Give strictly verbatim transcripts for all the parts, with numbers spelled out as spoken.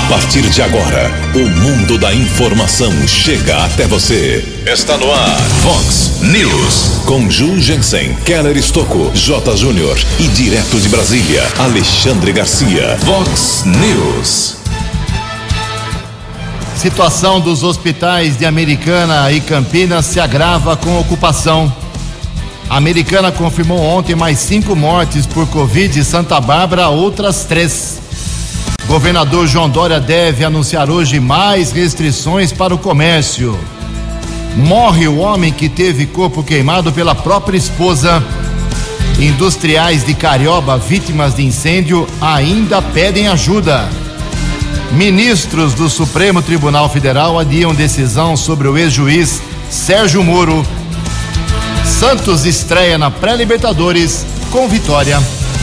A partir de agora, o mundo da informação chega até você. Está no ar, Vox News. Com Ju Jensen, Keller Estocco, J. Júnior e direto de Brasília, Alexandre Garcia. Vox News. Situação dos hospitais de Americana e Campinas se agrava com ocupação. A Americana confirmou ontem mais cinco mortes por Covid e Santa Bárbara outras três. Governador João Dória deve anunciar hoje mais restrições para o comércio. Morre o homem que teve corpo queimado pela própria esposa. Industriais de Carioba, vítimas de incêndio, ainda pedem ajuda. Ministros do Supremo Tribunal Federal adiam decisão sobre o ex-juiz Sérgio Moro. Santos estreia na pré-Libertadores com vitória.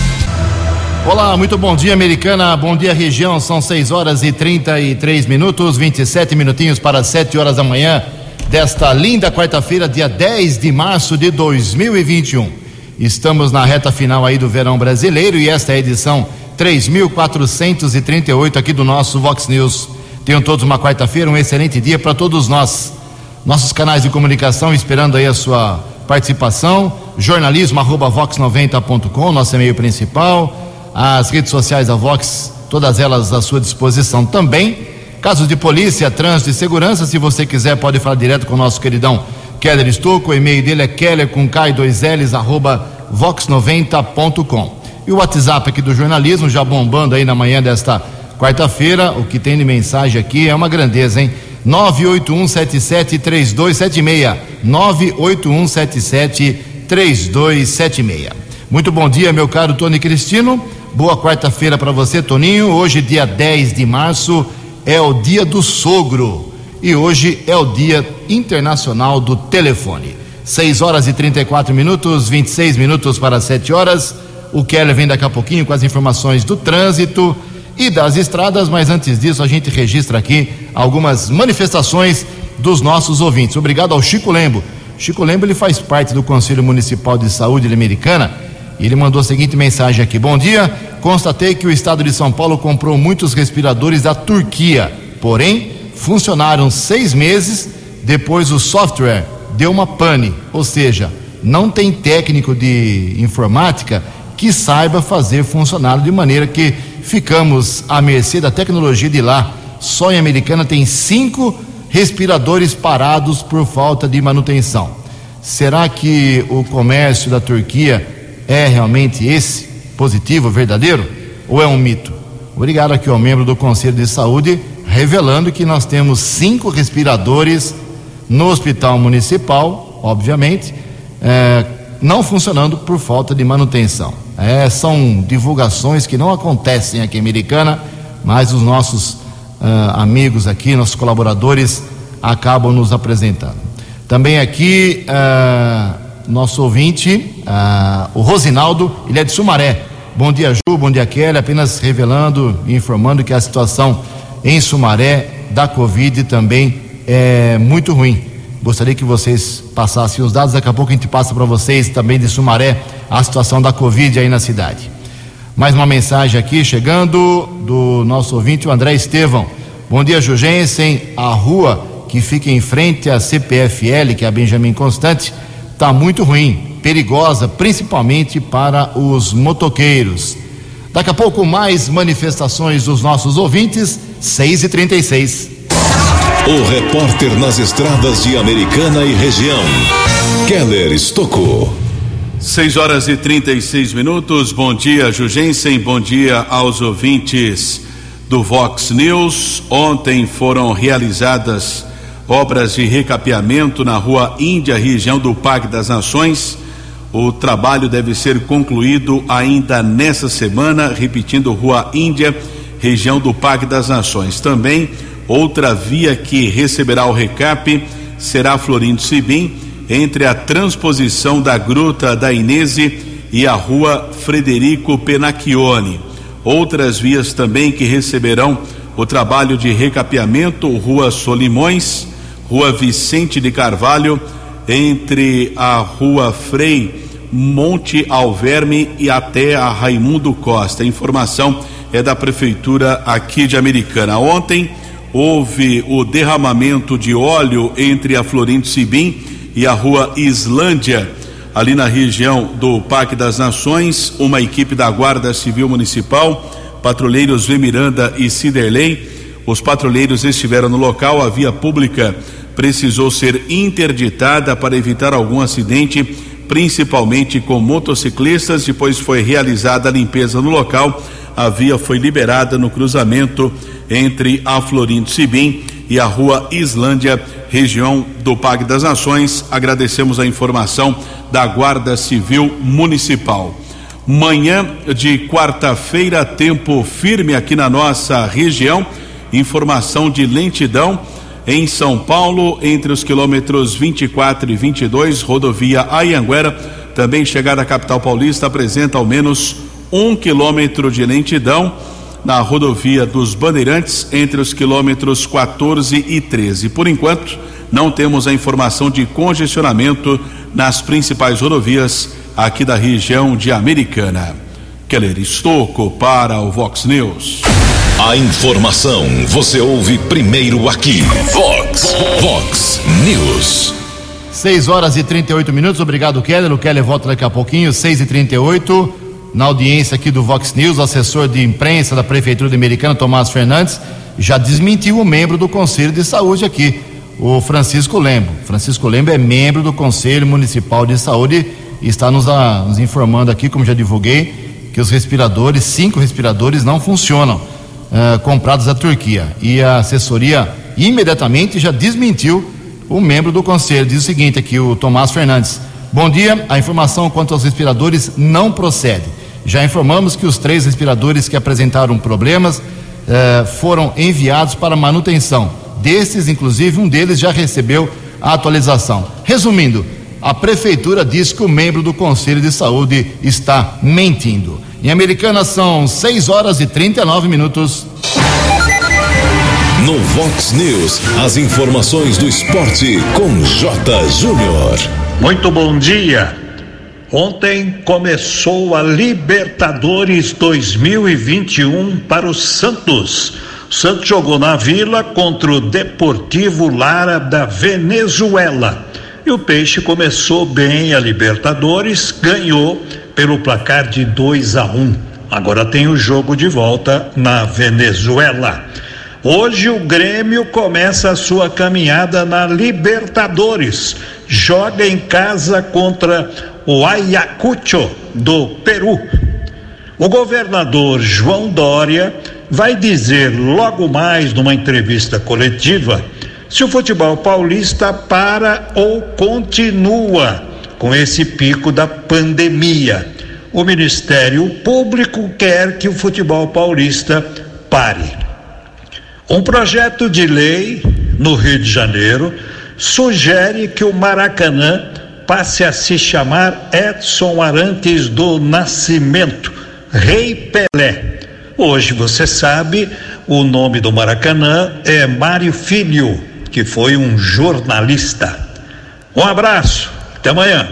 Olá, muito bom dia, Americana, bom dia, região. São seis horas e trinta e três minutos, vinte e sete minutinhos para sete horas da manhã desta linda quarta-feira, dia dez de março de dois mil e vinte e um. Estamos na reta final aí do verão brasileiro e esta é a edição três mil quatrocentos e trinta e oito aqui do nosso Vox News. Tenham todos uma quarta-feira, um excelente dia para todos nós. Nossos canais de comunicação esperando aí a sua participação, jornalismo arroba vox noventa ponto com, nosso e-mail principal, as redes sociais da Vox, todas elas à sua disposição também. Casos de polícia, trânsito e segurança, se você quiser pode falar direto com o nosso queridão Keller Estocco, o e-mail dele é keller com k e dois l's arroba vox noventa ponto com. E o WhatsApp aqui do jornalismo já bombando aí na manhã desta quarta-feira, o que tem de mensagem aqui é uma grandeza, hein? nove oito um sete sete três dois sete seis, nove oito um sete sete três dois sete seis. Muito bom dia, meu caro Tony Cristino, boa quarta-feira para você, Toninho. Hoje, dia dez de março, é o dia do sogro e hoje é o dia internacional do telefone. seis horas e trinta e quatro minutos, vinte e seis minutos para sete horas. O Keller vem daqui a pouquinho com as informações do trânsito e das estradas, mas antes disso a gente registra aqui algumas manifestações dos nossos ouvintes. Obrigado ao Chico Lembo. Chico Lembo, ele faz parte do Conselho Municipal de Saúde de Americana e ele mandou a seguinte mensagem aqui: bom dia, constatei que o estado de São Paulo comprou muitos respiradores da Turquia, porém funcionaram seis meses, depois o software deu uma pane, ou seja, não tem técnico de informática que saiba fazer funcionar, de maneira que ficamos à mercê da tecnologia de lá. Só em Americana tem cinco respiradores parados por falta de manutenção. Será que o comércio da Turquia é realmente esse, positivo, verdadeiro, ou é um mito? Obrigado aqui ao membro do Conselho de Saúde, revelando que nós temos cinco respiradores no Hospital Municipal, obviamente, é, não funcionando por falta de manutenção. É, são divulgações que não acontecem aqui em Americana, mas os nossos uh, amigos aqui, nossos colaboradores, acabam nos apresentando. Também aqui, uh, nosso ouvinte, uh, o Rosinaldo, ele é de Sumaré. Bom dia, Ju, bom dia, Kelly. Apenas revelando e informando que a situação em Sumaré da Covid também é muito ruim. Gostaria que vocês passassem os dados, daqui a pouco a gente passa para vocês também de Sumaré a situação da Covid aí na cidade. Mais uma mensagem aqui chegando do nosso ouvinte, o André Estevão. Bom dia, Jugensen. A rua que fica em frente à C P F L, que é a Benjamin Constante, está muito ruim, perigosa, principalmente para os motoqueiros. Daqui a pouco mais manifestações dos nossos ouvintes, seis e trinta e seis. O repórter nas estradas de Americana e região, Keller Estocco. seis horas e trinta e seis minutos. Bom dia, Jugensen. Bom dia aos ouvintes do Vox News. Ontem foram realizadas obras de recapeamento na Rua Índia, região do Parque das Nações. O trabalho deve ser concluído ainda nessa semana, repetindo, Rua Índia, região do Parque das Nações. Também outra via que receberá o recap será Florindo Sibim, entre a transposição da Gruta da Inese e a Rua Frederico Penacchione. Outras vias também que receberão o trabalho de recapeamento: Rua Solimões, Rua Vicente de Carvalho, entre a Rua Frei Monte Alverme e até a Raimundo Costa. Informação é da prefeitura aqui de Americana. Ontem houve o derramamento de óleo entre a Florindo Sibim e a rua Islândia, ali na região do Parque das Nações. Uma equipe da Guarda Civil Municipal, patrulheiros V. Miranda e Ciderley, os patrulheiros estiveram no local. A via pública precisou ser interditada para evitar algum acidente, principalmente com motociclistas. Depois foi realizada a limpeza no local. A via foi liberada no cruzamento entre a Florindo Sibim e a rua Islândia, região do Parque das Nações. Agradecemos a informação da Guarda Civil Municipal. Manhã de quarta-feira, tempo firme aqui na nossa região. Informação de lentidão em São Paulo, entre os quilômetros vinte e quatro e vinte e dois, rodovia Anhanguera. Também chegada à capital paulista, apresenta ao menos um quilômetro de lentidão na rodovia dos Bandeirantes, entre os quilômetros quatorze e treze. Por enquanto, não temos a informação de congestionamento nas principais rodovias aqui da região de Americana. Keller Estocco para o Vox News. A informação você ouve primeiro aqui. Vox, Vox News. seis horas e trinta e oito minutos. Obrigado, Keller. O Keller volta daqui a pouquinho, seis e trinta e oito. Na audiência aqui do Vox News, o assessor de imprensa da Prefeitura de Americana, Tomás Fernandes, já desmentiu o membro do Conselho de Saúde aqui, o Francisco Lembo. Francisco Lembo é membro do Conselho Municipal de Saúde e está nos, a, nos informando aqui, como já divulguei, que os respiradores, cinco respiradores, não funcionam, uh, comprados da Turquia. E a assessoria imediatamente já desmentiu o membro do Conselho. Diz o seguinte aqui, o Tomás Fernandes: bom dia, a informação quanto aos respiradores não procede. Já informamos que os três respiradores que apresentaram problemas eh, foram enviados para manutenção. Desses, inclusive, um deles já recebeu a atualização. Resumindo, a Prefeitura diz que o membro do Conselho de Saúde está mentindo. Em Americana são seis horas e trinta e nove minutos. No Vox News, as informações do esporte com J. Júnior. Muito bom dia. Ontem começou a Libertadores dois mil e vinte e um para o Santos. O Santos jogou na Vila contra o Deportivo Lara da Venezuela. E o Peixe começou bem a Libertadores, ganhou pelo placar de dois a um. Agora tem o jogo de volta na Venezuela. Hoje o Grêmio começa a sua caminhada na Libertadores. Joga em casa contra o Ayacucho do Peru. O governador João Dória vai dizer logo mais numa entrevista coletiva se o futebol paulista para ou continua com esse pico da pandemia. O Ministério Público quer que o futebol paulista pare. Um projeto de lei no Rio de Janeiro sugere que o Maracanã passe a se chamar Edson Arantes do Nascimento, Rei Pelé. Hoje, você sabe, o nome do Maracanã é Mário Filho, que foi um jornalista. Um abraço, até amanhã.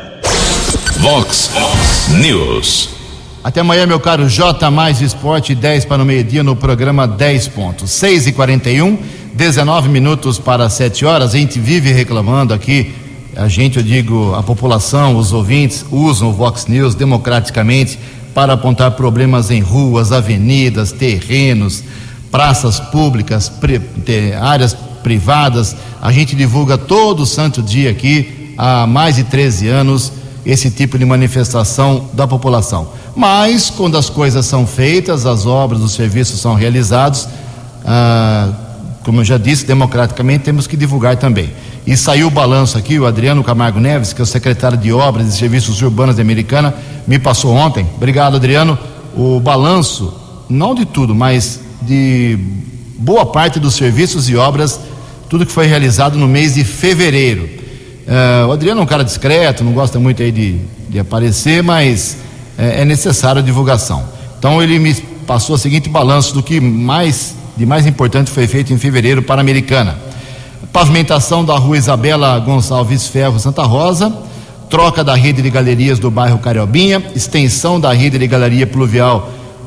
Vox News. Até amanhã, meu caro J mais Esporte, dez para o meio-dia no programa dez pontos. seis e quarenta e um, dezenove minutos para sete horas. A gente vive reclamando aqui, a gente, eu digo, a população, os ouvintes usam o Vox News democraticamente para apontar problemas em ruas, avenidas, terrenos, praças públicas, pri, te, áreas privadas. A gente divulga todo santo dia aqui, há mais de treze anos, esse tipo de manifestação da população. Mas quando as coisas são feitas, as obras, os serviços são realizados, ah, como eu já disse, democraticamente temos que divulgar também. E saiu o balanço aqui, o Adriano Camargo Neves, que é o secretário de Obras e Serviços Urbanos de Americana, me passou ontem. Obrigado, Adriano. O balanço, não de tudo, mas de boa parte dos serviços e obras, tudo que foi realizado no mês de fevereiro. Uh, o Adriano é um cara discreto, não gosta muito aí de, de aparecer, mas é, é necessário a divulgação. Então ele me passou o seguinte balanço do que mais, de mais importante foi feito em fevereiro para a Americana. Pavimentação da rua Isabela Gonçalves Ferro, Santa Rosa, troca da rede de galerias do bairro Cariobinha, extensão da rede de galeria pluvial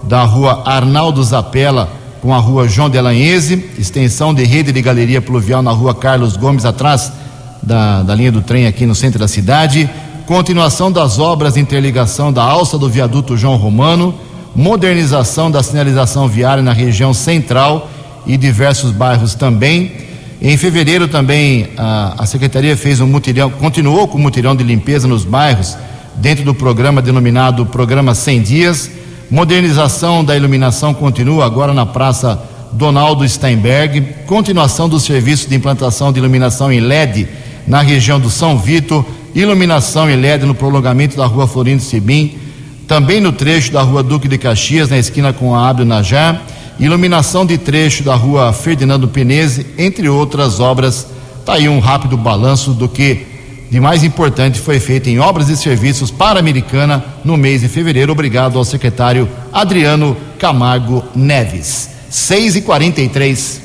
da rua Arnaldo Zapella com a rua João Delanhese, extensão de rede de galeria pluvial na rua Carlos Gomes, atrás da, da linha do trem aqui no centro da cidade, continuação das obras de interligação da alça do viaduto João Romano, modernização da sinalização viária na região central e diversos bairros também. Em fevereiro também a, a Secretaria fez um mutirão, continuou com o mutirão de limpeza nos bairros, dentro do programa denominado Programa cem Dias. Modernização da iluminação continua agora na Praça Donaldo Steinberg, continuação do serviço de implantação de iluminação em L E D na região do São Vito, iluminação em L E D no prolongamento da rua Florindo Sibim, também no trecho da rua Duque de Caxias, na esquina com a Abdo Najar, iluminação de trecho da rua Ferdinando Penese, entre outras obras. Está aí um rápido balanço do que de mais importante foi feito em obras e serviços para a Americana no mês de fevereiro. Obrigado ao secretário Adriano Camargo Neves. seis e quarenta e três.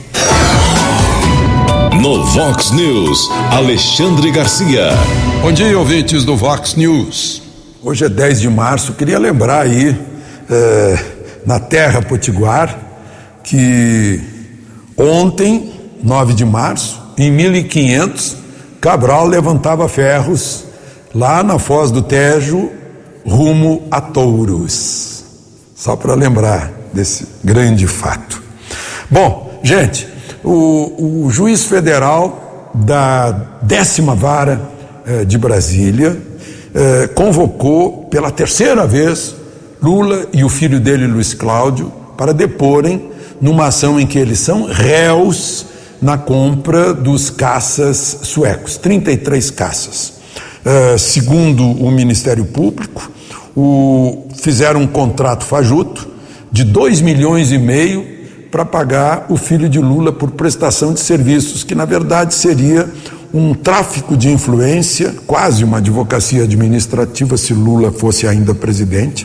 No Vox News, Alexandre Garcia. Bom dia, ouvintes do Vox News. Hoje é dez de março, queria lembrar aí, é, na Terra Potiguar, que ontem, nove de março, em mil e quinhentos, Cabral levantava ferros lá na Foz do Tejo, rumo a Touros. Só para lembrar desse grande fato. Bom, gente, o, o juiz federal da décima vara eh, de Brasília eh, convocou pela terceira vez Lula e o filho dele, Luiz Cláudio, para deporem numa ação em que eles são réus na compra dos caças suecos, trinta e três caças. Uh, segundo o Ministério Público, o, fizeram um contrato fajuto de dois milhões e meio para pagar o filho de Lula por prestação de serviços, que na verdade seria um tráfico de influência, quase uma advocacia administrativa se Lula fosse ainda presidente,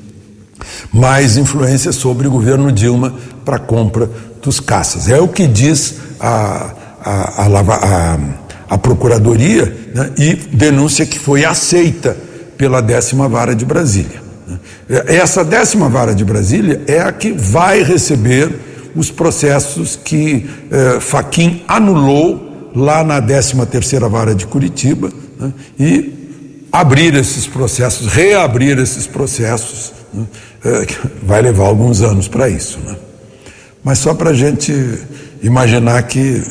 mais influência sobre o governo Dilma para a compra dos caças. É o que diz a, a, a, a, a Procuradoria, né, e denúncia que foi aceita pela décima vara de Brasília. Essa décima vara de Brasília é a que vai receber os processos que eh, Fachin anulou lá na décima terceira vara de Curitiba, né, e abrir esses processos, reabrir esses processos, né, eh, vai levar alguns anos para isso, né? Mas só para a gente imaginar que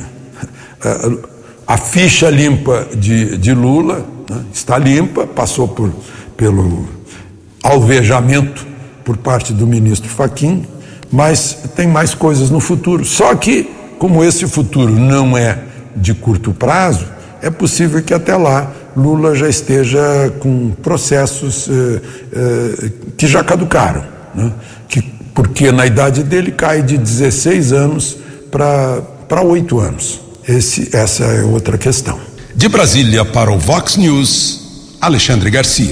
uh, a ficha limpa de, de Lula, né, está limpa, passou por, pelo alvejamento por parte do ministro Fachin, mas tem mais coisas no futuro. Só que, como esse futuro não é de curto prazo, é possível que até lá Lula já esteja com processos uh, uh, que já caducaram, né, que porque na idade dele cai de dezesseis anos para oito anos. Esse, essa é outra questão. De Brasília para o Vox News, Alexandre Garcia.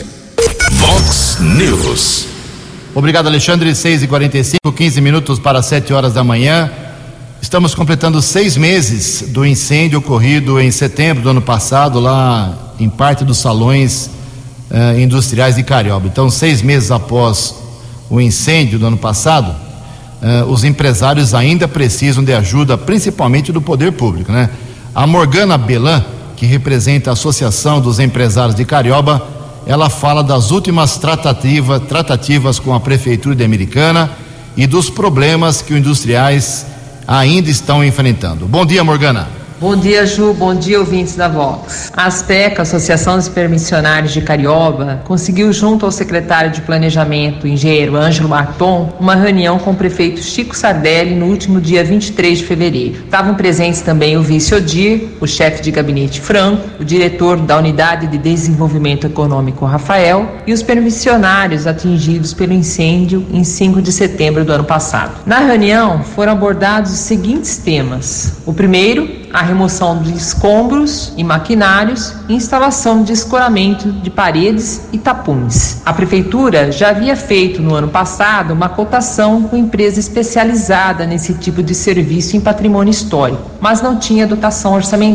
Vox News. Obrigado, Alexandre. seis e quarenta e cinco, quinze minutos para sete horas da manhã. Estamos completando seis meses do incêndio ocorrido em setembro do ano passado, lá em parte dos salões eh, industriais de Carioba. Então, seis meses após o incêndio do ano passado, eh, os empresários ainda precisam de ajuda, principalmente do poder público, né? A Morgana Belan, que representa a Associação dos Empresários de Carioba, ela fala das últimas tratativa, tratativas com a Prefeitura de Americana e dos problemas que os industriais ainda estão enfrentando. Bom dia, Morgana. Bom dia, Ju. Bom dia, ouvintes da Vox. A ASPECA, Associação dos Permissionários de Carioba, conseguiu, junto ao secretário de Planejamento, engenheiro Ângelo Marton, uma reunião com o prefeito Chico Sardelli no último dia vinte e três de fevereiro. Estavam presentes também o vice Odir, o chefe de gabinete Franco, o diretor da Unidade de Desenvolvimento Econômico Rafael e os permissionários atingidos pelo incêndio em cinco de setembro do ano passado. Na reunião foram abordados os seguintes temas. O primeiro, a remoção de escombros e maquinários e instalação de escoramento de paredes e tapumes. A Prefeitura já havia feito no ano passado uma cotação com empresa especializada nesse tipo de serviço em patrimônio histórico, mas não tinha dotação orçamentária.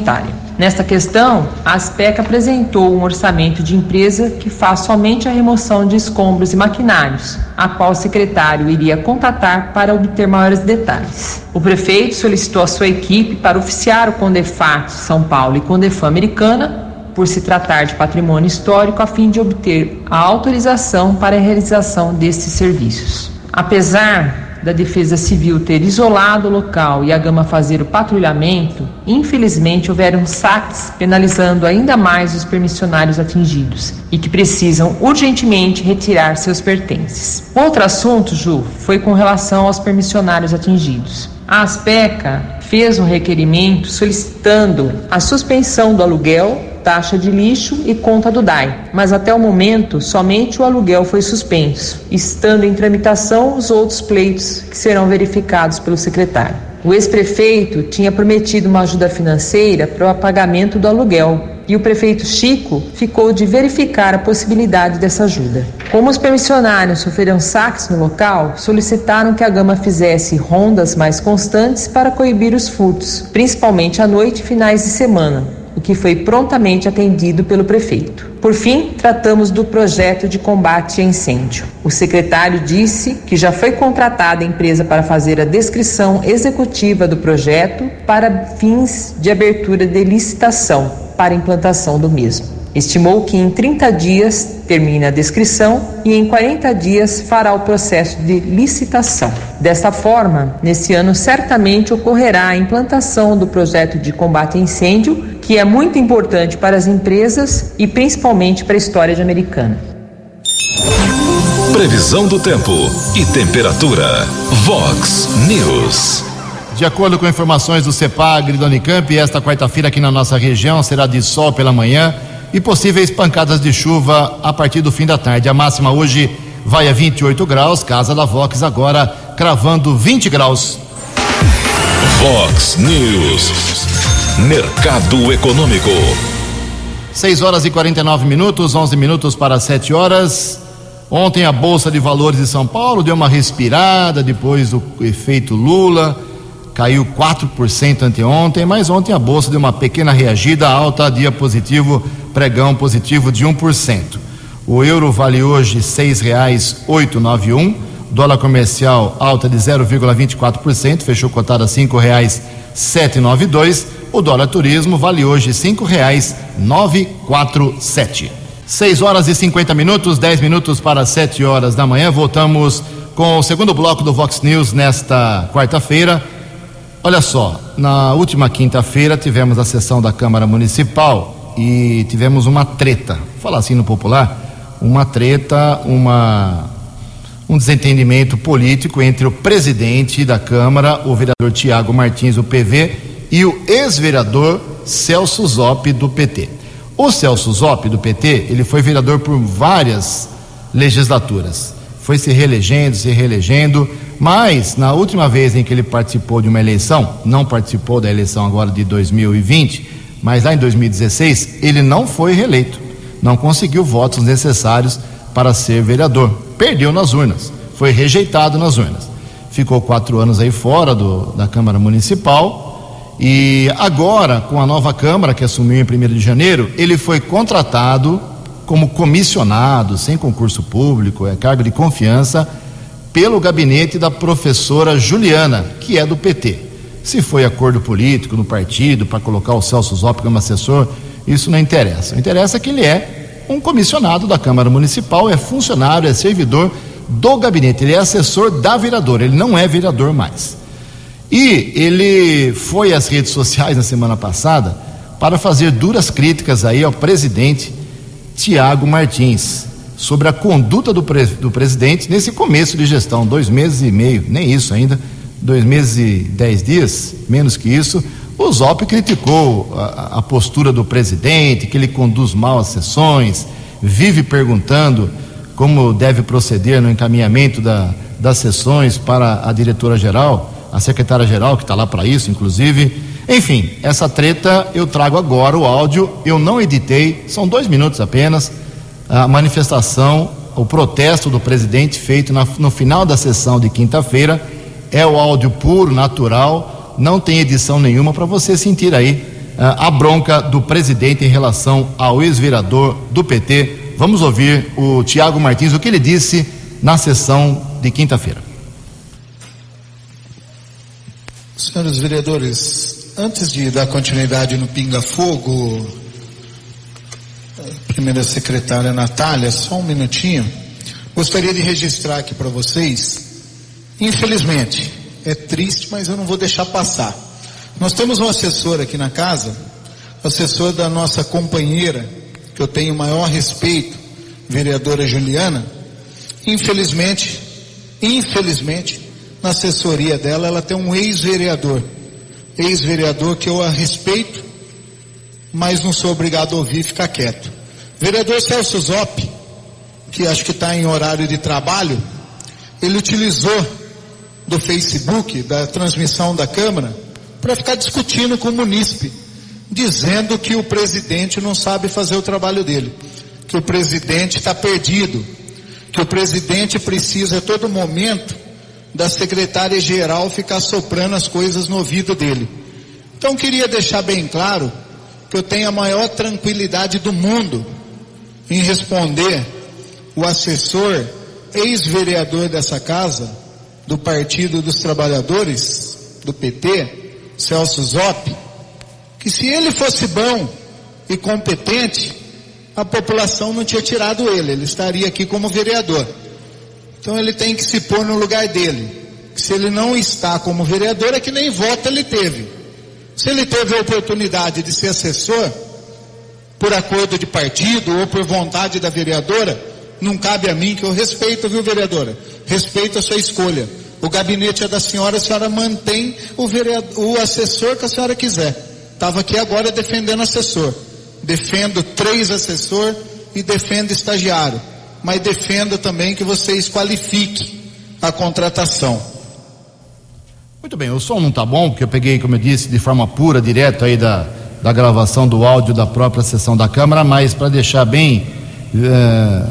Nesta questão, a ASPECA apresentou um orçamento de empresa que faz somente a remoção de escombros e maquinários, a qual o secretário iria contatar para obter maiores detalhes. O prefeito solicitou a sua equipe para oficiar o CONDEFAT São Paulo e CONDEFAM Americana, por se tratar de patrimônio histórico, a fim de obter a autorização para a realização destes serviços. Apesar da Defesa Civil ter isolado o local e a Gama fazer o patrulhamento, infelizmente houveram saques penalizando ainda mais os permissionários atingidos e que precisam urgentemente retirar seus pertences. Outro assunto, Ju, foi com relação aos permissionários atingidos. A ASPECA fez um requerimento solicitando a suspensão do aluguel, taxa de lixo e conta do D A I, mas até o momento somente o aluguel foi suspenso, estando em tramitação os outros pleitos que serão verificados pelo secretário. O ex-prefeito tinha prometido uma ajuda financeira para o pagamento do aluguel e o prefeito Chico ficou de verificar a possibilidade dessa ajuda. Como os permissionários sofreram saques no local, solicitaram que a Gama fizesse rondas mais constantes para coibir os furtos, principalmente à noite e finais de semana, o que foi prontamente atendido pelo prefeito. Por fim, tratamos do projeto de combate a incêndio. O secretário disse que já foi contratada a empresa para fazer a descrição executiva do projeto para fins de abertura de licitação para a implantação do mesmo. Estimou que em trinta dias termina a descrição e em quarenta dias fará o processo de licitação. Desta forma, nesse ano certamente ocorrerá a implantação do projeto de combate a incêndio, que é muito importante para as empresas e principalmente para a história de Americana. Previsão do tempo e temperatura. Vox News. De acordo com informações do CEPAGRE e da Unicamp, esta quarta-feira aqui na nossa região será de sol pela manhã e possíveis pancadas de chuva a partir do fim da tarde. A máxima hoje vai a vinte e oito graus, Casa da Vox agora cravando vinte graus. Vox News. Mercado Econômico. seis horas e quarenta e nove minutos, onze minutos para sete horas. Ontem a Bolsa de Valores de São Paulo deu uma respirada depois do efeito Lula. Caiu quatro por cento anteontem, mas ontem a Bolsa deu uma pequena reagida, alta, dia positivo, pregão positivo de um por cento. O euro vale hoje seis reais oitocentos e noventa e um, dólar comercial alta de zero vírgula vinte e quatro por cento, fechou cotado a cinco reais setecentos e noventa e dois, o dólar turismo vale hoje cinco reais novecentos e quarenta e sete. seis horas e cinquenta minutos, dez minutos para sete horas da manhã, voltamos com o segundo bloco do Vox News nesta quarta-feira. Olha só, na última quinta-feira tivemos a sessão da Câmara Municipal e tivemos uma treta, vou falar assim no popular, uma treta, uma, um desentendimento político entre o presidente da Câmara, o vereador Tiago Martins, do P V, e o ex-vereador Celso Zoppi, do P T. O Celso Zoppi, do P T, ele foi vereador por várias legislaturas, foi se reelegendo, se reelegendo, mas na última vez em que ele participou de uma eleição, não participou da eleição agora de dois mil e vinte, mas lá em dois mil e dezesseis, ele não foi reeleito, não conseguiu votos necessários para ser vereador, perdeu nas urnas, foi rejeitado nas urnas, ficou quatro anos aí fora do, da Câmara Municipal, e agora, com a nova Câmara que assumiu em primeiro de janeiro, ele foi contratado como comissionado, sem concurso público, é cargo de confiança, pelo gabinete da professora Juliana, que é do P T. Se foi acordo político no partido para colocar o Celso Zoppi como assessor, isso não interessa. Interessa que ele é um comissionado da Câmara Municipal, é funcionário, é servidor do gabinete, ele é assessor da vereadora, ele não é vereador mais. E ele foi às redes sociais na semana passada para fazer duras críticas aí ao presidente Tiago Martins, sobre a conduta do, pre, do presidente nesse começo de gestão, dois meses e meio, nem isso ainda, dois meses e dez dias, menos que isso. O Zoppi criticou a, a postura do presidente, que ele conduz mal as sessões, vive perguntando como deve proceder no encaminhamento da, das sessões para a diretora-geral, a secretária-geral, que está lá para isso, inclusive. Enfim, essa treta eu trago agora o áudio, eu não editei, são dois minutos apenas, a manifestação, o protesto do presidente feito na, no final da sessão de quinta-feira, é o áudio puro, natural, não tem edição nenhuma, para você sentir aí a bronca do presidente em relação ao ex-vereador do P T. Vamos ouvir o Tiago Martins, o que ele disse na sessão de quinta-feira. Senhores vereadores, antes de dar continuidade no Pinga Fogo, primeira secretária Natália, só um minutinho, gostaria de registrar aqui para vocês, infelizmente, é triste, mas eu não vou deixar passar. Nós temos um assessor aqui na casa, assessor da nossa companheira, que eu tenho o maior respeito, vereadora Juliana. Infelizmente, infelizmente, na assessoria dela, ela tem um ex-vereador, ex-vereador que eu a respeito, mas não sou obrigado a ouvir e ficar quieto. Vereador Celso Zoppi, que acho que está em horário de trabalho, ele utilizou do Facebook, da transmissão da Câmara, para ficar discutindo com o munícipe, dizendo que o presidente não sabe fazer o trabalho dele, que o presidente está perdido, que o presidente precisa a todo momento da secretária-geral ficar soprando as coisas no ouvido dele. Então queria deixar bem claro que eu tenho a maior tranquilidade do mundo em responder o assessor, ex-vereador dessa casa, do Partido dos Trabalhadores, do P T, Celso Zoppi, que se ele fosse bom e competente, a população não tinha tirado ele, ele estaria aqui como vereador. Então ele tem que se pôr no lugar dele. Se ele não está como vereador, é que nem voto ele teve. Se ele teve a oportunidade de ser assessor, por acordo de partido ou por vontade da vereadora, não cabe a mim, que eu respeito, viu, vereadora? Respeito a sua escolha. O gabinete é da senhora, a senhora mantém o, vereador, o assessor que a senhora quiser. Estava aqui agora defendendo assessor. Defendo três assessor e defendo estagiário. Mas defendo também que vocês qualifiquem a contratação. Muito bem, o som não está bom, porque eu peguei, como eu disse, de forma pura, direto aí da, da gravação do áudio da própria sessão da Câmara, mas para deixar bem é,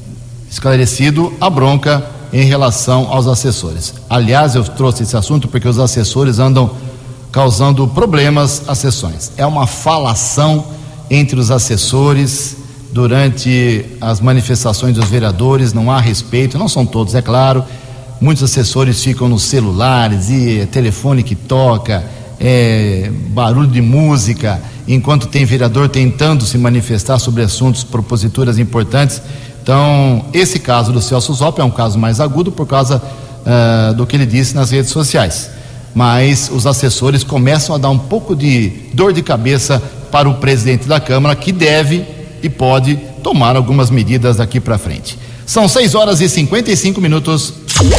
esclarecido a bronca em relação aos assessores. Aliás, eu trouxe esse assunto porque os assessores andam causando problemas às sessões. É uma falação entre os assessores durante as manifestações dos vereadores, não há respeito, não são todos, é claro. Muitos assessores ficam nos celulares e é telefone que toca, é barulho de música, enquanto tem vereador tentando se manifestar sobre assuntos, proposituras importantes. Então, esse caso do Celso Zoppi é um caso mais agudo por causa uh, do que ele disse nas redes sociais. Mas os assessores começam a dar um pouco de dor de cabeça para o presidente da Câmara, que deve e pode tomar algumas medidas daqui para frente. São seis horas e cinquenta e cinco minutos.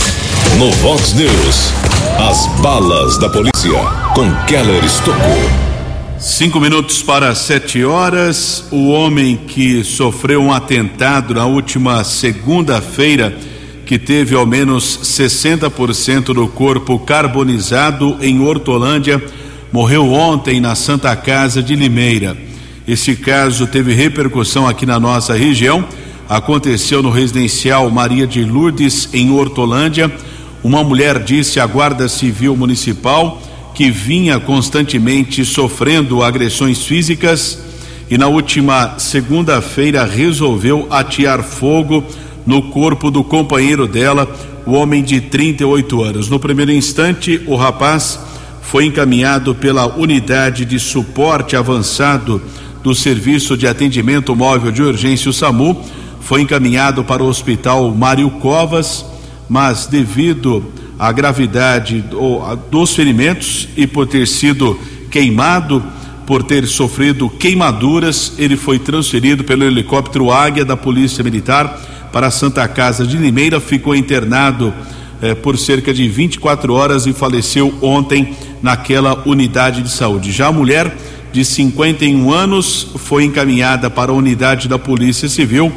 No Vox News, as balas da polícia com Keller Estocou. Cinco minutos para sete horas. O homem que sofreu um atentado na última segunda-feira, que teve ao menos sessenta por cento do corpo carbonizado em Hortolândia, morreu ontem na Santa Casa de Limeira. Esse caso teve repercussão aqui na nossa região. Aconteceu no residencial Maria de Lourdes, em Hortolândia. Uma mulher disse à Guarda Civil Municipal que vinha constantemente sofrendo agressões físicas e na última segunda-feira resolveu atear fogo no corpo do companheiro dela, o homem de trinta e oito anos. No primeiro instante, o rapaz foi encaminhado pela unidade de suporte avançado do Serviço de Atendimento Móvel de Urgência, o SAMU, foi encaminhado para o Hospital Mário Covas, mas devido à gravidade dos ferimentos e por ter sido queimado, por ter sofrido queimaduras, ele foi transferido pelo helicóptero Águia da Polícia Militar para a Santa Casa de Limeira, ficou internado eh, por cerca de vinte e quatro horas e faleceu ontem naquela unidade de saúde. Já a mulher, de cinquenta e um anos, foi encaminhada para a unidade da Polícia Civil,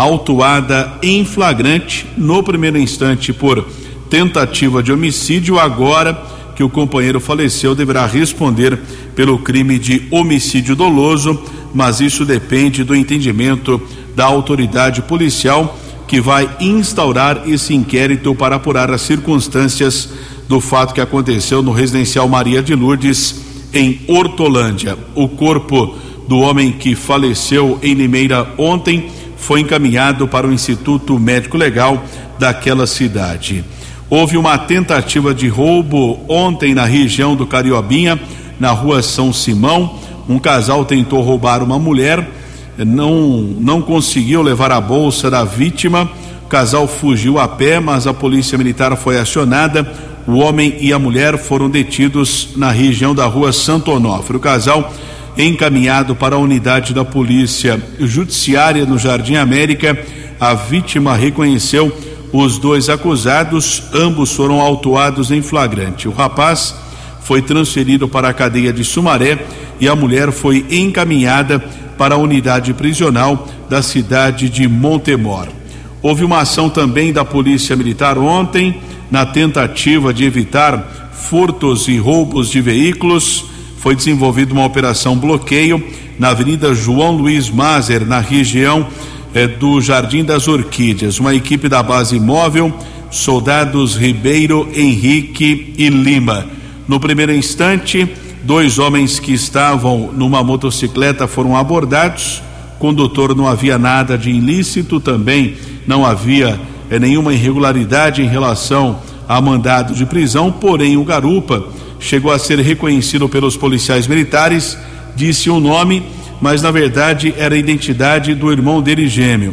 autuada em flagrante, no primeiro instante por tentativa de homicídio. Agora que o companheiro faleceu, deverá responder pelo crime de homicídio doloso, mas isso depende do entendimento da autoridade policial, que vai instaurar esse inquérito para apurar as circunstâncias do fato que aconteceu no residencial Maria de Lourdes, em Hortolândia. O corpo do homem que faleceu em Limeira ontem foi encaminhado para o Instituto Médico Legal daquela cidade. Houve uma tentativa de roubo ontem na região do Cariobinha, na rua São Simão. Um casal tentou roubar uma mulher, não, não conseguiu levar a bolsa da vítima. O casal fugiu a pé, mas a polícia militar foi acionada. O homem e a mulher foram detidos na região da rua Santo Onofre. O casal encaminhado para a unidade da polícia judiciária no Jardim América. A vítima reconheceu os dois acusados, ambos foram autuados em flagrante. O rapaz foi transferido para a cadeia de Sumaré e a mulher foi encaminhada para a unidade prisional da cidade de Montemor. Houve uma ação também da Polícia Militar ontem na tentativa de evitar furtos e roubos de veículos. Foi desenvolvida uma operação bloqueio na Avenida João Luiz Mazer, na região eh, do Jardim das Orquídeas. Uma equipe da base móvel, soldados Ribeiro, Henrique e Lima. No primeiro instante, dois homens que estavam numa motocicleta foram abordados. Condutor não havia nada de ilícito, também não havia eh, nenhuma irregularidade em relação a mandado de prisão, porém o garupa chegou a ser reconhecido pelos policiais militares, disse um nome, mas na verdade era a identidade do irmão dele gêmeo.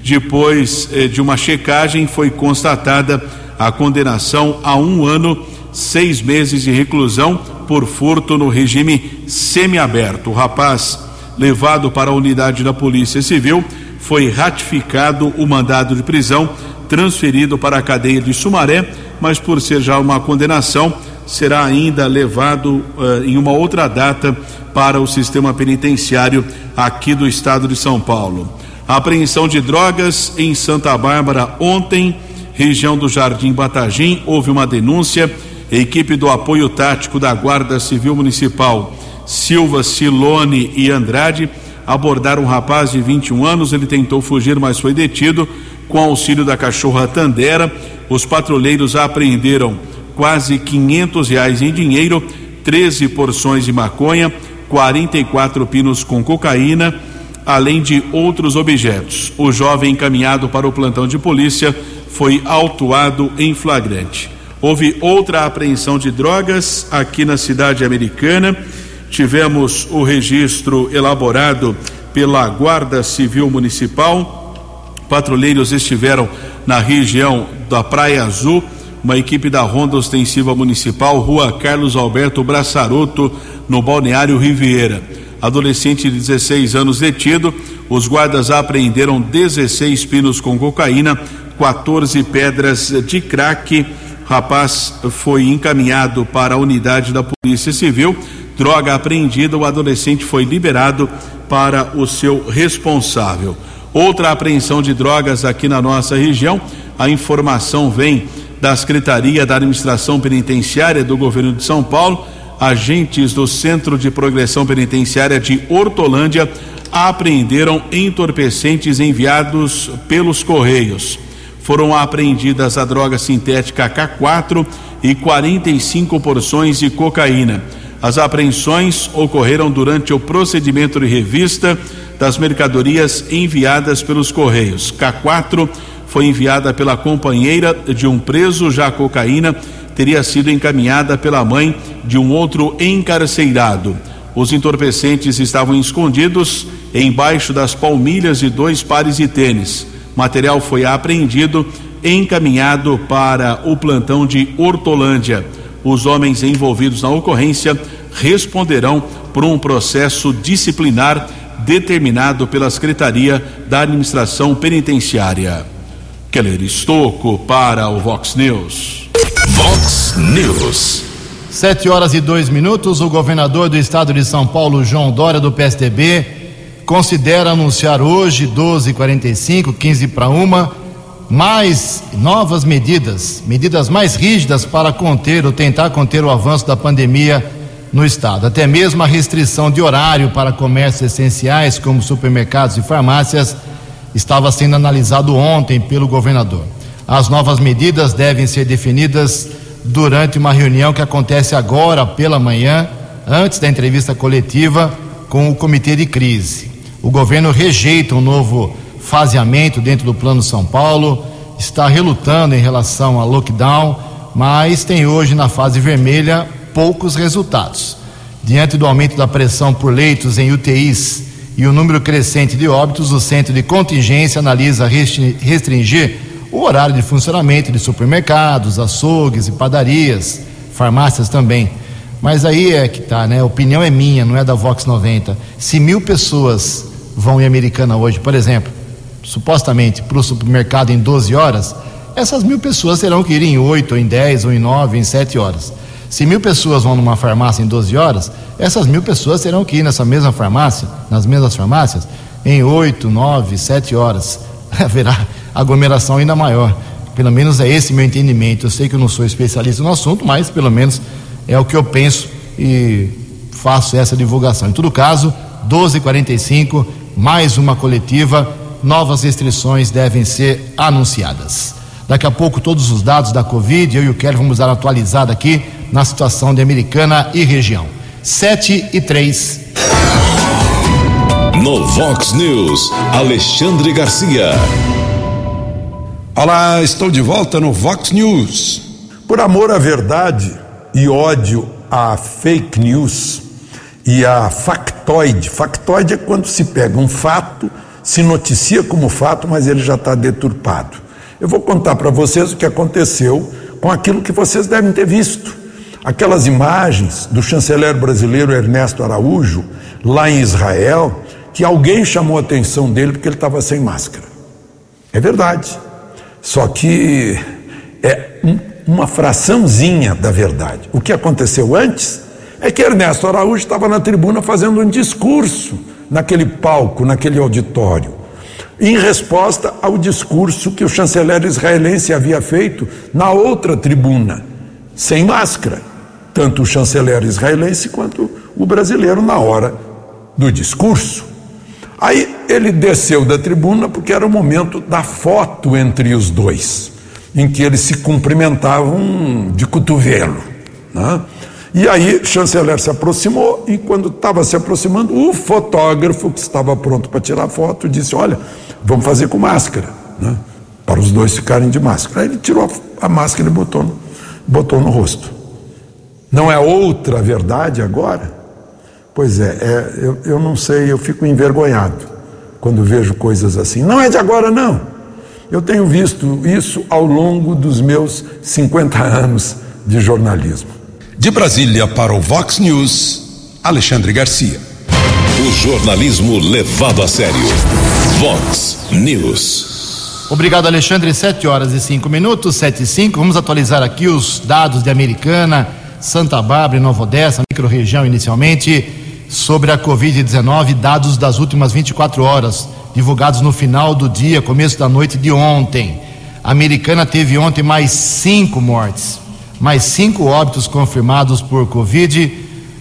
Depois eh, de uma checagem foi constatada a condenação a um ano, seis meses de reclusão por furto no regime semiaberto. O rapaz, levado para a unidade da Polícia Civil, foi ratificado o mandado de prisão, transferido para a cadeia de Sumaré, mas por ser já uma condenação, será ainda levado uh, em uma outra data para o sistema penitenciário aqui do estado de São Paulo. A apreensão de drogas em Santa Bárbara ontem, região do Jardim Batagim, houve uma denúncia. A equipe do apoio tático da Guarda Civil Municipal, Silva, Silone e Andrade, abordaram um rapaz de vinte e um anos. Ele tentou fugir, mas foi detido. Com auxílio da cachorra Tandera, os patrulheiros apreenderam quase quinhentos reais em dinheiro, treze porções de maconha, quarenta e quatro pinos com cocaína, além de outros objetos. O jovem encaminhado para o plantão de polícia foi autuado em flagrante. Houve outra apreensão de drogas aqui na cidade americana. Tivemos o registro elaborado pela Guarda Civil Municipal. Patrulheiros estiveram na região da Praia Azul. Uma equipe da Ronda Ostensiva Municipal, Rua Carlos Alberto Braçaroto, no Balneário Riviera. Adolescente de dezesseis anos detido. Os guardas apreenderam dezesseis pinos com cocaína, quatorze pedras de crack. O rapaz foi encaminhado para a unidade da Polícia Civil. Droga apreendida, o adolescente foi liberado para o seu responsável. Outra apreensão de drogas aqui na nossa região. A informação vem da Secretaria da Administração Penitenciária do Governo de São Paulo. Agentes do Centro de Progressão Penitenciária de Hortolândia apreenderam entorpecentes enviados pelos Correios. Foram apreendidas a droga sintética K quatro e quarenta e cinco porções de cocaína. As apreensões ocorreram durante o procedimento de revista das mercadorias enviadas pelos Correios. K quatro foi enviada pela companheira de um preso, já a cocaína teria sido encaminhada pela mãe de um outro encarcerado. Os entorpecentes estavam escondidos embaixo das palmilhas de dois pares de tênis. O material foi apreendido e encaminhado para o plantão de Hortolândia. Os homens envolvidos na ocorrência responderão por um processo disciplinar determinado pela Secretaria da Administração Penitenciária. Keller Estocco para o Vox News. Vox News. Sete horas e dois minutos. O governador do estado de São Paulo, João Dória, do P S D B, considera anunciar hoje, doze e quarenta e cinco, quinze para uma, mais novas medidas, medidas mais rígidas para conter ou tentar conter o avanço da pandemia no estado. Até mesmo a restrição de horário para comércios essenciais, como supermercados e farmácias, estava sendo analisado ontem pelo governador. As novas medidas devem ser definidas durante uma reunião que acontece agora pela manhã antes da entrevista coletiva com o Comitê de Crise. O governo rejeita um novo faseamento dentro do Plano São Paulo, está relutando em relação ao lockdown, mas tem hoje na fase vermelha poucos resultados. Diante do aumento da pressão por leitos em U T Is e o número crescente de óbitos, o Centro de Contingência analisa restringir o horário de funcionamento de supermercados, açougues e padarias, farmácias também. Mas aí é que tá, né? A opinião é minha, não é da Vox noventa. Se mil pessoas vão em Americana hoje, por exemplo, supostamente para o supermercado em doze horas, essas mil pessoas terão que ir em oito, ou em dez, ou em nove, em sete horas. Se mil pessoas vão numa farmácia em doze horas, essas mil pessoas terão que ir nessa mesma farmácia, nas mesmas farmácias, em oito, nove, sete horas. Haverá aglomeração ainda maior. Pelo menos é esse meu entendimento. Eu sei que eu não sou especialista no assunto, mas pelo menos é o que eu penso e faço essa divulgação. Em todo caso, doze e quarenta e cinco, mais uma coletiva, novas restrições devem ser anunciadas. Daqui a pouco todos os dados da Covid, eu e o Kelly vamos dar uma atualizada aqui na situação de Americana e região. Sete e três. No Vox News, Alexandre Garcia. Olá, estou de volta no Vox News. Por amor à verdade e ódio à fake news e à factoide. Factoide é quando se pega um fato, se noticia como fato, mas ele já está deturpado. Eu vou contar para vocês o que aconteceu com aquilo que vocês devem ter visto. Aquelas imagens do chanceler brasileiro Ernesto Araújo, lá em Israel, que alguém chamou a atenção dele porque ele estava sem máscara. É verdade. Só que é um, uma fraçãozinha da verdade. O que aconteceu antes é que Ernesto Araújo estava na tribuna fazendo um discurso naquele palco, naquele auditório, em resposta ao discurso que o chanceler israelense havia feito na outra tribuna, sem máscara, tanto o chanceler israelense quanto o brasileiro na hora do discurso. Aí ele desceu da tribuna porque era o momento da foto entre os dois, em que eles se cumprimentavam de cotovelo, né? E aí o chanceler se aproximou e quando estava se aproximando, o fotógrafo que estava pronto para tirar foto disse: olha, vamos fazer com máscara, né? Para os dois ficarem de máscara. Aí ele tirou a, a máscara e botou no, botou no rosto. Não é outra verdade agora? Pois é, é eu, eu não sei, eu fico envergonhado quando vejo coisas assim. Não é de agora, não. Eu tenho visto isso ao longo dos meus cinquenta anos de jornalismo. De Brasília para o Vox News, Alexandre Garcia. O jornalismo levado a sério. Vox News. Obrigado, Alexandre. Sete horas e cinco minutos, sete e cinco. Vamos atualizar aqui os dados de Americana, Santa Bárbara e Nova Odessa, microrregião inicialmente, sobre a covid dezenove, dados das últimas vinte e quatro horas, divulgados no final do dia, começo da noite de ontem. A Americana teve ontem mais cinco mortes, mais cinco óbitos confirmados por Covid.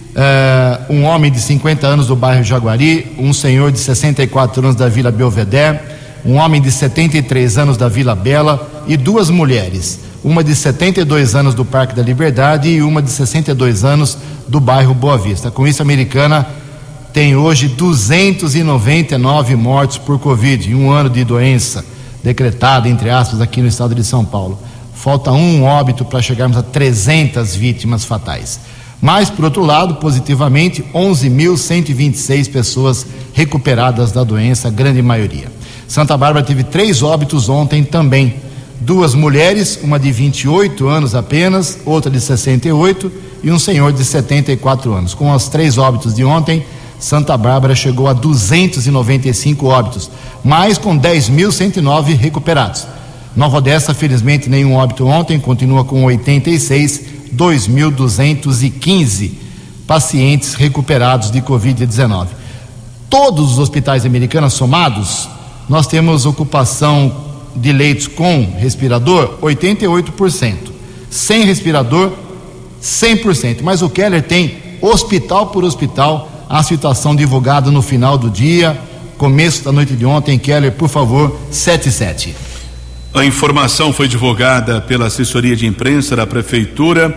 Uh, um homem de cinquenta anos do bairro Jaguari, um senhor de sessenta e quatro anos da Vila Belvedere, um homem de setenta e três anos da Vila Bela e duas mulheres, uma de setenta e dois anos do Parque da Liberdade e uma de sessenta e dois anos do bairro Boa Vista. Com isso, a Americana tem hoje duzentos e noventa e nove mortes por Covid, em um ano de doença decretada, entre aspas, aqui no estado de São Paulo. Falta um óbito para chegarmos a trezentas vítimas fatais. Mas, por outro lado, positivamente, onze mil cento e vinte e seis pessoas recuperadas da doença, a grande maioria. Santa Bárbara teve três óbitos ontem também. Duas mulheres, uma de vinte e oito anos apenas, outra de sessenta e oito e um senhor de setenta e quatro anos. Com os três óbitos de ontem, Santa Bárbara chegou a duzentos e noventa e cinco óbitos, mas com dez mil cento e nove recuperados. Nova Odessa, felizmente, nenhum óbito ontem, continua com oitenta e seis, dois mil duzentos e quinze pacientes recuperados de covid dezenove. Todos os hospitais americanos somados, nós temos ocupação de leitos com respirador, oitenta e oito por cento. Sem respirador, cem por cento. Mas o Keller tem, hospital por hospital, a situação divulgada no final do dia, começo da noite de ontem. Keller, por favor, sete e sete. A informação foi divulgada pela assessoria de imprensa da Prefeitura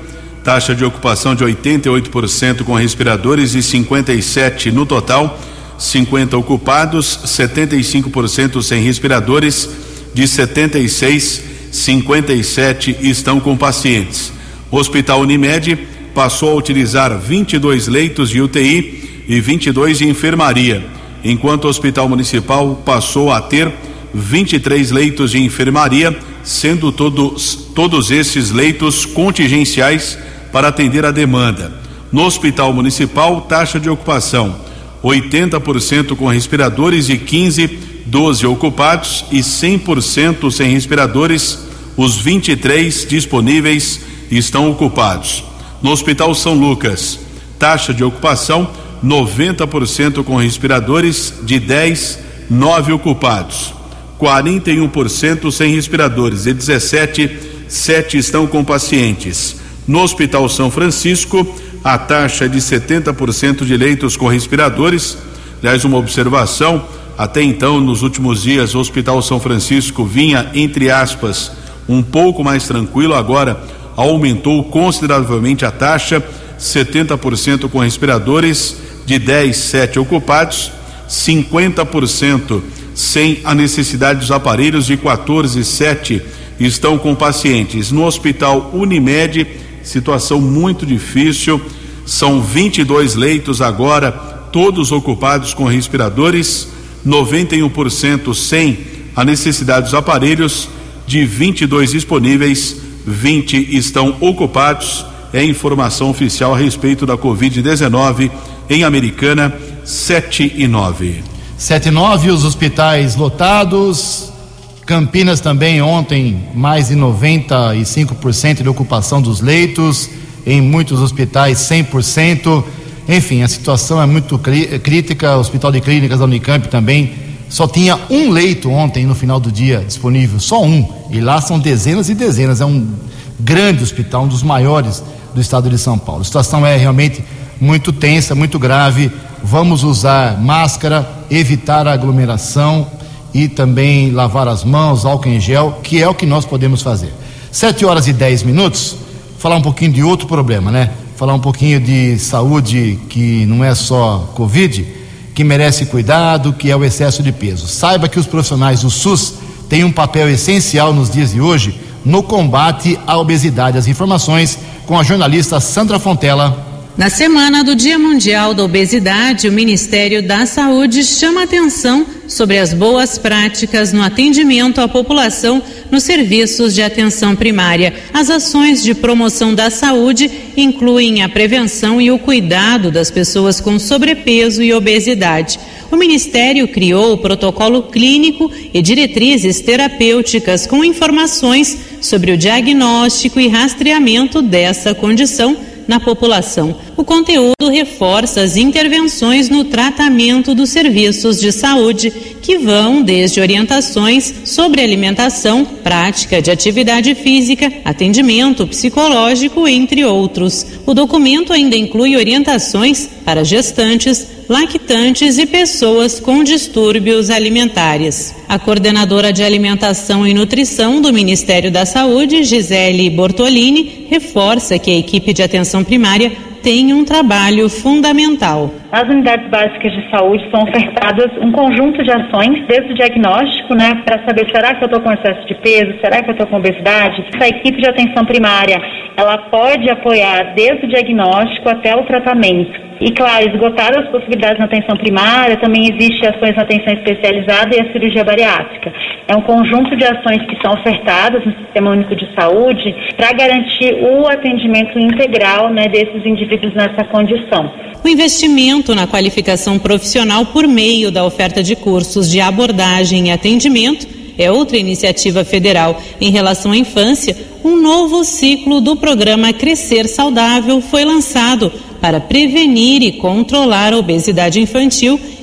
taxa de ocupação de oitenta e oito por cento com respiradores e cinquenta e sete no total, cinquenta ocupados, setenta e cinco por cento sem respiradores, de setenta e seis, cinquenta e sete estão com pacientes. O Hospital Unimed passou a utilizar vinte e dois leitos de U T I e vinte e dois de enfermaria, enquanto o Hospital Municipal passou a ter vinte e três leitos de enfermaria, sendo todos, todos esses leitos contingenciais para atender a demanda. No Hospital Municipal, taxa de ocupação oitenta por cento com respiradores e quinze, doze ocupados e cem por cento sem respiradores. Os vinte e três disponíveis estão ocupados. No Hospital São Lucas, taxa de ocupação noventa por cento com respiradores, de dez, nove ocupados. quarenta e um por cento sem respiradores e dezessete, sete estão com pacientes. No Hospital São Francisco, a taxa é de setenta por cento de leitos com respiradores. Aliás, uma observação, até então, nos últimos dias, o Hospital São Francisco vinha, entre aspas, um pouco mais tranquilo, agora aumentou consideravelmente a taxa, setenta por cento com respiradores, de dez, sete ocupados, cinquenta por cento sem a necessidade dos aparelhos, de quatorze, sete estão com pacientes. No Hospital Unimed, situação muito difícil, são vinte e dois leitos agora, todos ocupados com respiradores, noventa e um por cento sem a necessidade dos aparelhos, de vinte e dois disponíveis, vinte estão ocupados. É informação oficial a respeito da covid dezenove em Americana, sete e nove. sete e nove, os hospitais lotados. Campinas também ontem, mais de noventa e cinco por cento de ocupação dos leitos, em muitos hospitais cem por cento. Enfim, a situação é muito crítica. O Hospital de Clínicas da Unicamp também só tinha um leito ontem no final do dia disponível, só um, e lá são dezenas e dezenas. É um grande hospital, um dos maiores do estado de São Paulo. A situação é realmente muito tensa, muito grave. Vamos usar máscara, evitar a aglomeração e também lavar as mãos, álcool em gel, que é o que nós podemos fazer. Sete horas e dez minutos, falar um pouquinho de outro problema, né? Falar um pouquinho de saúde, que não é só Covid, que merece cuidado, que é o excesso de peso. Saiba que os profissionais do SUS têm um papel essencial nos dias de hoje no combate à obesidade. As informações com a jornalista Sandra Fontela. Na semana do Dia Mundial da Obesidade, o Ministério da Saúde chama atenção sobre as boas práticas no atendimento à população nos serviços de atenção primária. As ações de promoção da saúde incluem a prevenção e o cuidado das pessoas com sobrepeso e obesidade. O Ministério criou o protocolo clínico e diretrizes terapêuticas com informações sobre o diagnóstico e rastreamento dessa condição na população. O conteúdo reforça as intervenções no tratamento dos serviços de saúde, que vão desde orientações sobre alimentação, prática de atividade física, atendimento psicológico, entre outros. O documento ainda inclui orientações para gestantes, lactantes e pessoas com distúrbios alimentares. A coordenadora de alimentação e nutrição do Ministério da Saúde, Gisele Bortolini, reforça que a equipe de atenção primária tem um trabalho fundamental. As unidades básicas de saúde são ofertadas um conjunto de ações, desde o diagnóstico, né, para saber, será que eu estou com excesso de peso, será que eu estou com obesidade? Essa equipe de atenção primária, ela pode apoiar desde o diagnóstico até o tratamento. E, claro, esgotadas as possibilidades na atenção primária, também existe ações na atenção especializada e a cirurgia bariátrica. É um conjunto de ações que são ofertadas no Sistema Único de Saúde para garantir o atendimento integral, né, desses indivíduos nessa condição. O investimento na qualificação profissional por meio da oferta de cursos de abordagem e atendimento é outra iniciativa federal. Em relação à infância, um novo ciclo do programa Crescer Saudável foi lançado para prevenir e controlar a obesidade infantil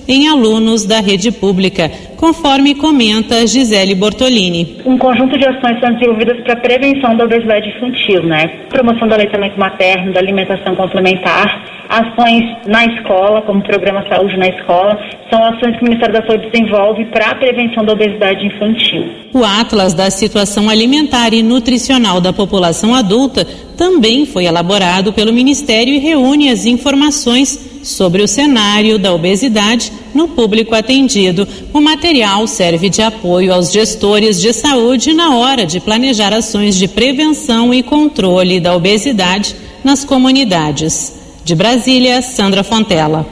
em alunos da rede pública, conforme comenta Gisele Bortolini. Um conjunto de ações são desenvolvidas para a prevenção da obesidade infantil, né? Promoção do aleitamento materno, da alimentação complementar, ações na escola, como o Programa Saúde na Escola, são ações que o Ministério da Saúde desenvolve para a prevenção da obesidade infantil. O Atlas da Situação Alimentar e Nutricional da População Adulta também foi elaborado pelo Ministério e reúne as informações sobre o cenário da obesidade no público atendido. O material serve de apoio aos gestores de saúde na hora de planejar ações de prevenção e controle da obesidade nas comunidades. De Brasília, Sandra Fontela.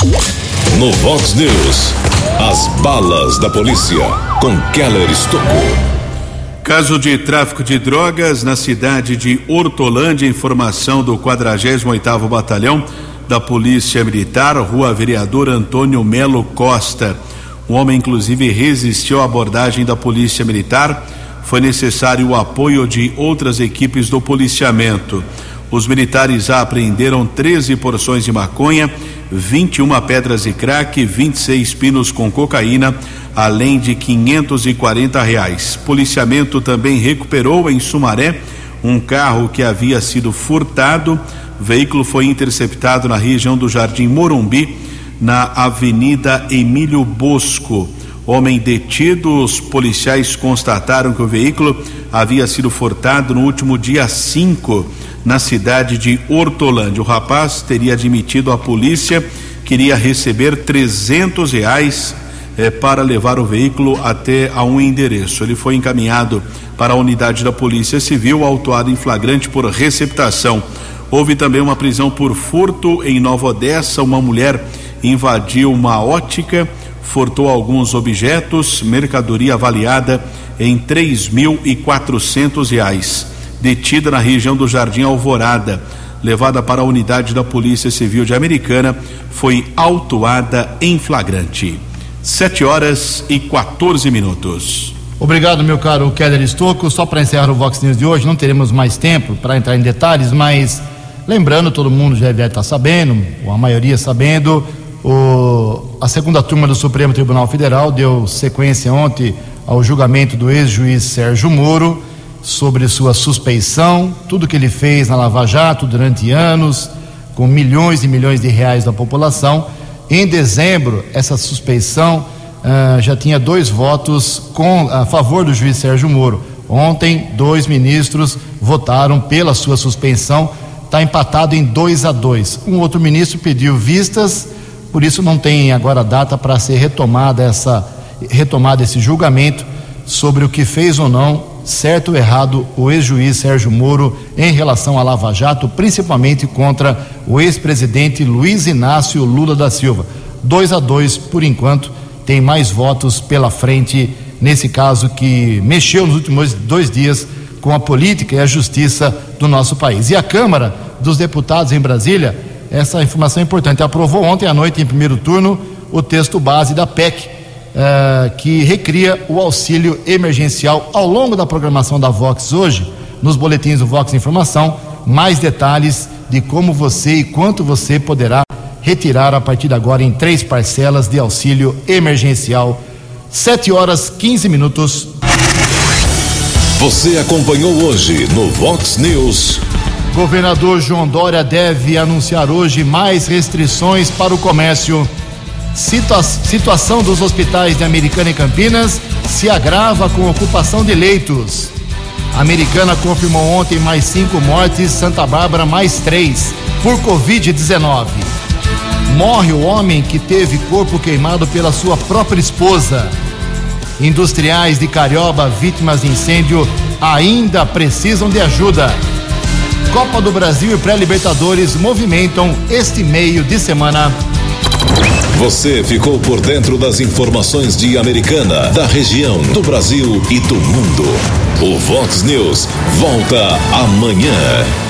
No Vox News, as balas da polícia com Keller Estocou. Caso de tráfico de drogas na cidade de Hortolândia, informação do quadragésimo oitavo Batalhão da Polícia Militar, Rua Vereador Antônio Melo Costa. O homem, inclusive, resistiu à abordagem da Polícia Militar. Foi necessário o apoio de outras equipes do policiamento. Os militares apreenderam treze porções de maconha, vinte e uma pedras de crack, vinte e seis pinos com cocaína, além de quinhentos e quarenta reais. Policiamento também recuperou em Sumaré um carro que havia sido furtado. O veículo foi interceptado na região do Jardim Morumbi, na Avenida Emílio Bosco. Homem detido, os policiais constataram que o veículo havia sido furtado no último dia cinco, na cidade de Hortolândia. O rapaz teria admitido à polícia que iria receber trezentos reais eh, para levar o veículo até a um endereço. Ele foi encaminhado para a unidade da Polícia Civil, autuado em flagrante por receptação. Houve também uma prisão por furto em Nova Odessa. Uma mulher invadiu uma ótica, furtou alguns objetos, mercadoria avaliada em três mil e quatrocentos reais. Detida na região do Jardim Alvorada, levada para a unidade da Polícia Civil de Americana, foi autuada em flagrante. Sete horas e quatorze minutos. Obrigado, meu caro Keller Estocco. Só para encerrar o Vox News de hoje, não teremos mais tempo para entrar em detalhes, mas lembrando, todo mundo já deve estar sabendo, ou a maioria sabendo, o, a segunda turma do Supremo Tribunal Federal deu sequência ontem ao julgamento do ex-juiz Sérgio Moro sobre sua suspeição, tudo que ele fez na Lava Jato durante anos, com milhões e milhões de reais da população. Em dezembro, essa suspeição uh, já tinha dois votos com, a favor do juiz Sérgio Moro. Ontem, dois ministros votaram pela sua suspensão, está empatado em dois a dois. Um outro ministro pediu vistas, por isso não tem agora data para ser retomada essa, retomado esse julgamento sobre o que fez ou não, certo ou errado, o ex-juiz Sérgio Moro em relação à Lava Jato, principalmente contra o ex-presidente Luiz Inácio Lula da Silva. Dois a dois, por enquanto, tem mais votos pela frente nesse caso que mexeu nos últimos dois dias com a política e a justiça do nosso país. E a Câmara dos Deputados em Brasília, essa informação é importante, aprovou ontem à noite, em primeiro turno, o texto base da P E C, Uh, que recria o auxílio emergencial. Ao longo da programação da Vox hoje, nos boletins do Vox Informação, mais detalhes de como você e quanto você poderá retirar a partir de agora em três parcelas de auxílio emergencial. Sete horas, quinze minutos. Você acompanhou hoje no Vox News. Governador João Dória deve anunciar hoje mais restrições para o comércio. Situa- situação dos hospitais de Americana e Campinas se agrava com ocupação de leitos. Americana confirmou ontem mais cinco mortes, Santa Bárbara mais três, por covid dezenove. Morre o homem que teve corpo queimado pela sua própria esposa. Industriais de Carioba, vítimas de incêndio, ainda precisam de ajuda. Copa do Brasil e pré-Libertadores movimentam este meio de semana. Você ficou por dentro das informações de Americana, da região, do Brasil e do mundo. O Vox News volta amanhã.